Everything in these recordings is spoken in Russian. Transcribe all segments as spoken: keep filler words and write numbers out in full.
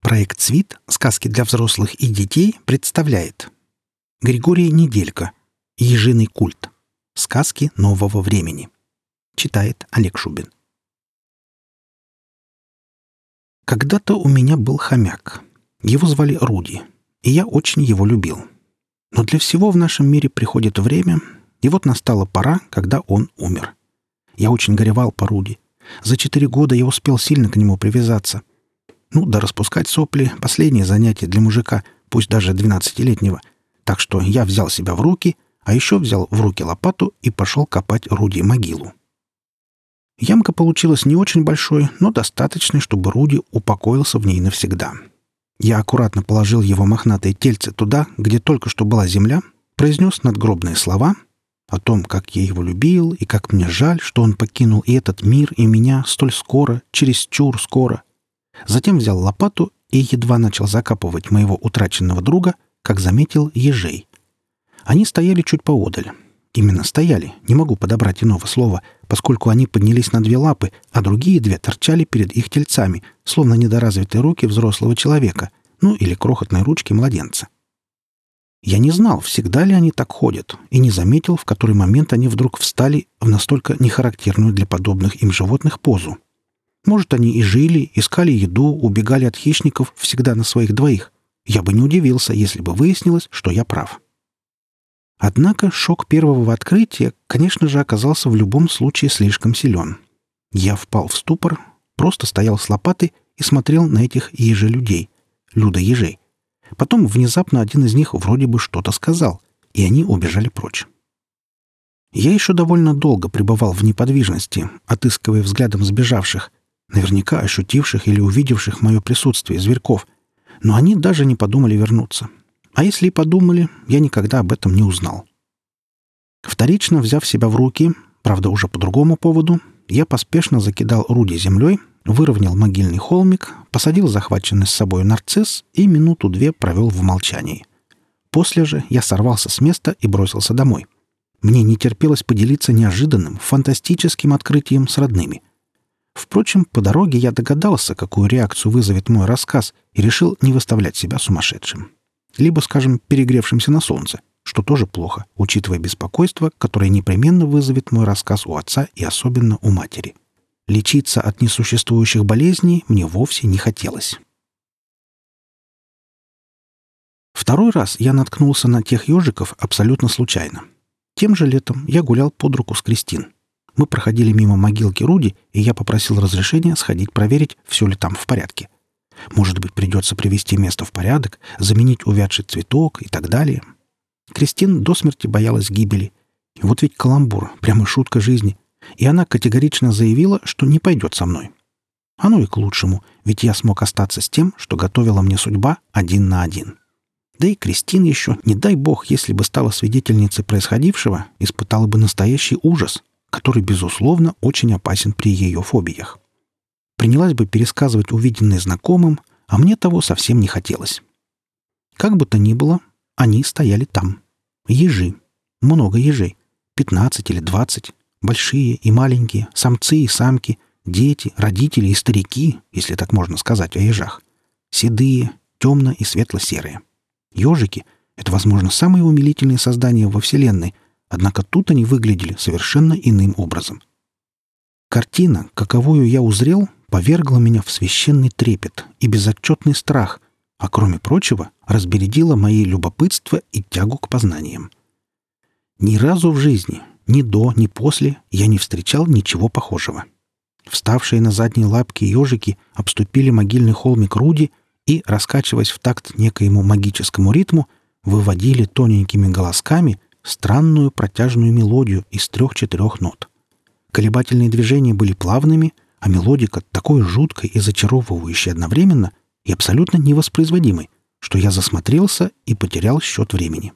Проект «Свит. Сказки для взрослых и детей» представляет Григорий Неделько. Ежиный культ. Сказки нового времени. Читает Олег Шубин. Когда-то у меня был хомяк. Его звали Руди, и я очень его любил. Но для всего в нашем мире приходит время, и вот настала пора, когда он умер. Я очень горевал по Руди. За четыре года я успел сильно к нему привязаться. Ну, да распускать сопли — последнее занятие для мужика, пусть даже двенадцатилетнего. Так что я взял себя в руки, а еще взял в руки лопату и пошел копать Руди могилу. Ямка получилась не очень большой, но достаточной, чтобы Руди упокоился в ней навсегда. Я аккуратно положил его мохнатое тельце туда, где только что была земля, произнес надгробные слова о том, как я его любил и как мне жаль, что он покинул и этот мир, и меня столь скоро, чересчур скоро. Затем взял лопату и едва начал закапывать моего утраченного друга, как заметил ежей. Они стояли чуть поодаль. Именно стояли, не могу подобрать иного слова, поскольку они поднялись на две лапы, а другие две торчали перед их тельцами, словно недоразвитые руки взрослого человека, ну или крохотные ручки младенца. Я не знал, всегда ли они так ходят, и не заметил, в который момент они вдруг встали в настолько нехарактерную для подобных им животных позу. Может, они и жили, искали еду, убегали от хищников всегда на своих двоих. Я бы не удивился, если бы выяснилось, что я прав. Однако шок первого открытия, конечно же, оказался в любом случае слишком силен. Я впал в ступор, просто стоял с лопатой и смотрел на этих ежелюдей, людоежей. Потом внезапно один из них вроде бы что-то сказал, и они убежали прочь. Я еще довольно долго пребывал в неподвижности, отыскивая взглядом сбежавших, наверняка ощутивших или увидевших мое присутствие зверьков, но они даже не подумали вернуться. А если и подумали, я никогда об этом не узнал. Вторично взяв себя в руки, правда уже по другому поводу, я поспешно закидал Руди землей, выровнял могильный холмик, посадил захваченный с собой нарцисс и минуту-две провел в молчании. После же я сорвался с места и бросился домой. Мне не терпелось поделиться неожиданным, фантастическим открытием с родными. Впрочем, по дороге я догадался, какую реакцию вызовет мой рассказ, и решил не выставлять себя сумасшедшим. Либо, скажем, перегревшимся на солнце, что тоже плохо, учитывая беспокойство, которое непременно вызовет мой рассказ у отца и особенно у матери. Лечиться от несуществующих болезней мне вовсе не хотелось. Второй раз я наткнулся на тех ежиков абсолютно случайно. Тем же летом я гулял под руку с Кристин. Мы проходили мимо могилки Руди, и я попросил разрешения сходить проверить, все ли там в порядке. Может быть, придется привести место в порядок, заменить увядший цветок и так далее. Кристин до смерти боялась гибели. И вот ведь каламбур, прямо шутка жизни. И она категорично заявила, что не пойдет со мной. Оно и к лучшему, ведь я смог остаться с тем, что готовила мне судьба один на один. Да и Кристин еще, не дай бог, если бы стала свидетельницей происходившего, испытала бы настоящий ужас, который, безусловно, очень опасен при ее фобиях. Принялась бы пересказывать увиденное знакомым, а мне того совсем не хотелось. Как бы то ни было, они стояли там. Ежи. Много ежей. Пятнадцать или двадцать. Большие и маленькие, самцы и самки, дети, родители и старики, если так можно сказать о ежах. Седые, темно- и светло-серые. Ежики — это, возможно, самые умилительные создания во Вселенной, однако тут они выглядели совершенно иным образом. Картина, каковую я узрел, повергла меня в священный трепет и безотчетный страх, а, кроме прочего, разбередила мои любопытство и тягу к познаниям. Ни разу в жизни, ни до, ни после, я не встречал ничего похожего. Вставшие на задние лапки ежики обступили могильный холмик Руди и, раскачиваясь в такт некоему магическому ритму, выводили тоненькими голосками странную протяжную мелодию из трех-четырех нот. Колебательные движения были плавными, а мелодика такой жуткой и зачаровывающей одновременно и абсолютно невоспроизводимой, что я засмотрелся и потерял счет времени.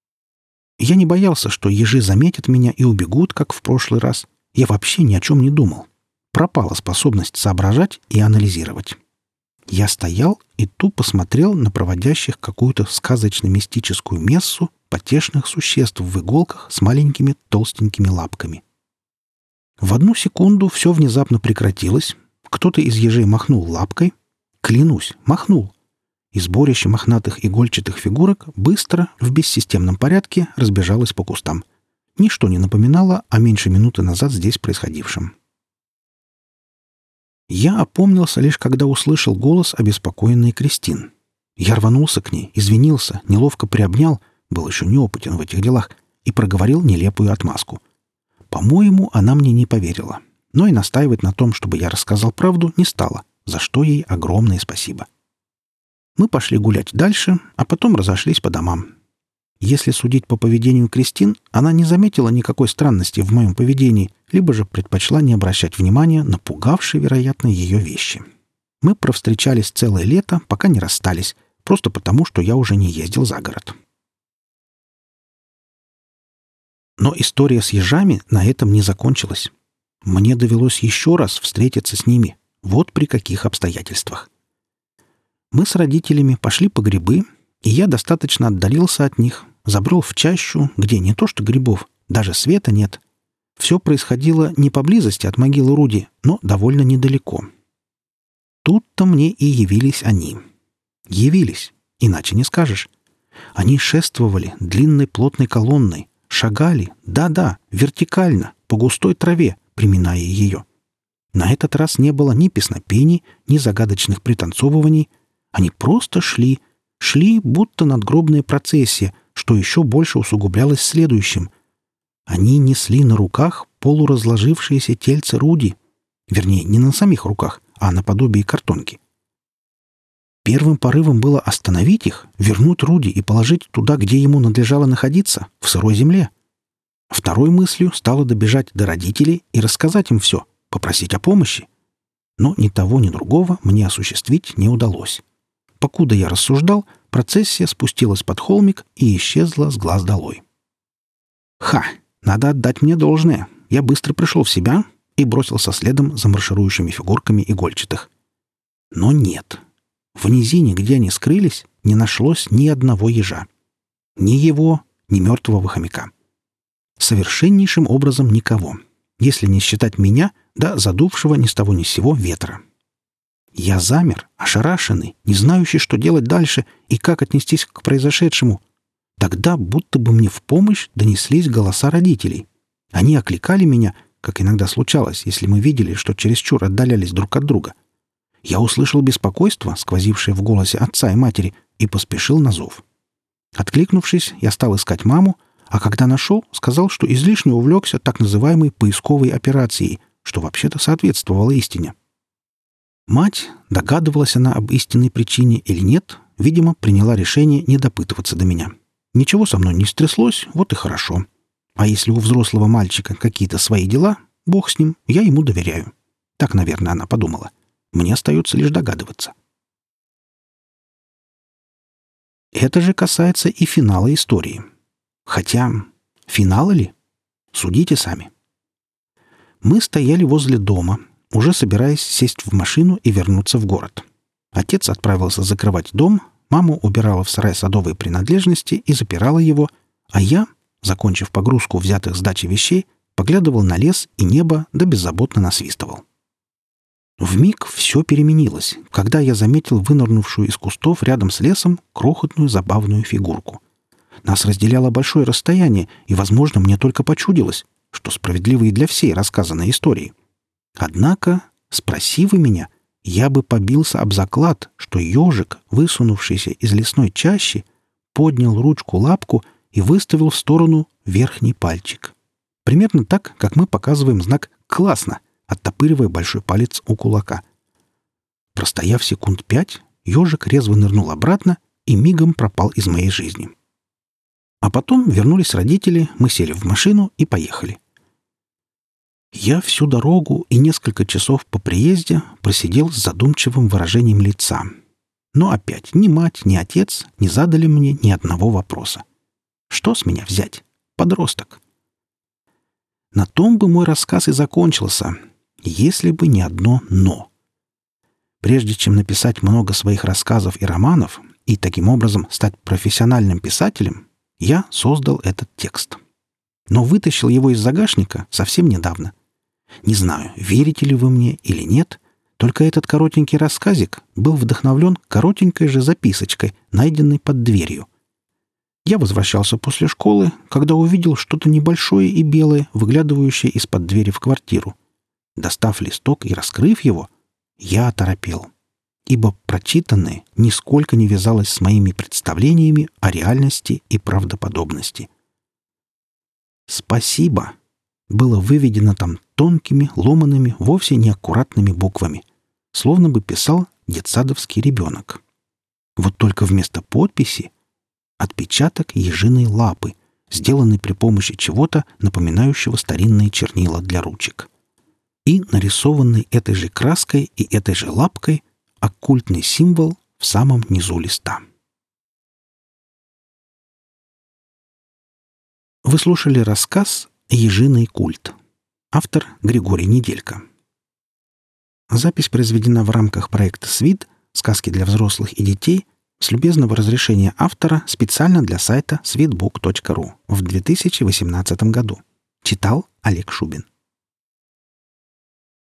Я не боялся, что ежи заметят меня и убегут, как в прошлый раз. Я вообще ни о чем не думал. Пропала способность соображать и анализировать. Я стоял и тупо смотрел на проводящих какую-то сказочно-мистическую мессу потешных существ в иголках с маленькими толстенькими лапками. В одну секунду все внезапно прекратилось, кто-то из ежей махнул лапкой. Клянусь, махнул. и сборище мохнатых игольчатых фигурок быстро, в бессистемном порядке, разбежалось по кустам. Ничто не напоминало о меньше минуты назад здесь происходившем. Я опомнился лишь, когда услышал голос обеспокоенной Кристин. Я рванулся к ней, извинился, неловко приобнял, был еще неопытен в этих делах, и проговорил нелепую отмазку. По-моему, она мне не поверила, но и настаивать на том, чтобы я рассказал правду, не стала, за что ей огромное спасибо. Мы пошли гулять дальше, а потом разошлись по домам. Если судить по поведению Кристин, она не заметила никакой странности в моем поведении, либо же предпочла не обращать внимания на пугавшие, вероятно, ее вещи. Мы провстречались целое лето, пока не расстались, просто потому, что я уже не ездил за город. Но история с ежами на этом не закончилась. Мне довелось еще раз встретиться с ними. Вот при каких обстоятельствах. Мы с родителями пошли по грибы, и я достаточно отдалился от них, забрел в чащу, где не то что грибов, даже света нет. Все происходило не поблизости от могилы Руди, но довольно недалеко. Тут-то мне и явились они. Явились, иначе не скажешь. Они шествовали длинной плотной колонной, шагали, да-да, вертикально, по густой траве, приминая ее. На этот раз не было ни песнопений, ни загадочных пританцовываний. Они просто шли, шли, будто надгробная процессия, что еще больше усугублялось следующим. Они несли на руках полуразложившиеся тельце Руди. Вернее, не на самих руках, а наподобие картонки. Первым порывом было остановить их, вернуть Руди и положить туда, где ему надлежало находиться, в сырой земле. Второй мыслью стало добежать до родителей и рассказать им все, попросить о помощи. Но ни того, ни другого мне осуществить не удалось. Покуда я рассуждал, процессия спустилась под холмик и исчезла с глаз долой. Ха! Надо отдать мне должное. Я быстро пришел в себя и бросился следом за марширующими фигурками игольчатых. Но нет. В низине, где они скрылись, не нашлось ни одного ежа. Ни его, ни мертвого хомяка. Совершеннейшим образом никого, если не считать меня, да задувшего ни с того ни с сего ветра. Я замер, ошарашенный, не знающий, что делать дальше и как отнестись к произошедшему. Тогда будто бы мне в помощь донеслись голоса родителей. Они окликали меня, как иногда случалось, если мы видели, что чересчур отдалялись друг от друга. Я услышал беспокойство, сквозившее в голосе отца и матери, и поспешил на зов. Откликнувшись, я стал искать маму, а когда нашел, сказал, что излишне увлекся так называемой поисковой операцией, что вообще-то соответствовало истине. Мать, догадывалась она об истинной причине или нет, видимо, приняла решение не допытываться до меня. Ничего со мной не стряслось, вот и хорошо. А если у взрослого мальчика какие-то свои дела, бог с ним, я ему доверяю. Так, наверное, она подумала. Мне остается лишь догадываться. Это же касается и финала истории. Хотя, финала ли? Судите сами. Мы стояли возле дома, уже собираясь сесть в машину и вернуться в город. Отец отправился закрывать дом, мама убирала в сарай садовые принадлежности и запирала его, а я, закончив погрузку взятых с дачи вещей, поглядывал на лес и небо, да беззаботно насвистывал. Вмиг все переменилось, когда я заметил вынырнувшую из кустов рядом с лесом крохотную забавную фигурку. Нас разделяло большое расстояние, и, возможно, мне только почудилось, что справедливо и для всей рассказанной истории. Однако, спроси вы меня, я бы побился об заклад, что ежик, высунувшийся из лесной чащи, поднял ручку-лапку и выставил в сторону верхний пальчик. Примерно так, как мы показываем знак «классно», оттопыривая большой палец у кулака. Простояв секунд пять, ежик резво нырнул обратно и мигом пропал из моей жизни. А потом вернулись родители, мы сели в машину и поехали. Я всю дорогу и несколько часов по приезде просидел с задумчивым выражением лица. Но опять ни мать, ни отец не задали мне ни одного вопроса. Что с меня взять? Подросток. На том бы мой рассказ и закончился, если бы не одно «но». Прежде чем написать много своих рассказов и романов и таким образом стать профессиональным писателем, я создал этот текст. Но вытащил его из загашника совсем недавно. Не знаю, верите ли вы мне или нет, Только этот коротенький рассказик был вдохновлен коротенькой же записочкой, найденной под дверью. Я возвращался после школы, когда увидел что-то небольшое и белое, выглядывающее из-под двери в квартиру. Достав листок и раскрыв его, я оторопел, ибо прочитанное нисколько не вязалось с моими представлениями о реальности и правдоподобности. «Спасибо» было выведено там тонкими, ломаными, вовсе неаккуратными буквами, словно бы писал детсадовский ребенок. Вот только вместо подписи отпечаток ежиной лапы, сделанный при помощи чего-то, напоминающего старинные чернила для ручек. И нарисованный этой же краской и этой же лапкой оккультный символ в самом низу листа. Вы слушали рассказ «Ежиный культ». Автор Григорий Неделько. Запись произведена в рамках проекта «СВИД. Сказки для взрослых и детей» с любезного разрешения автора специально для сайта свитбук точка ру в две тысячи восемнадцатом году. Читал Олег Шубин.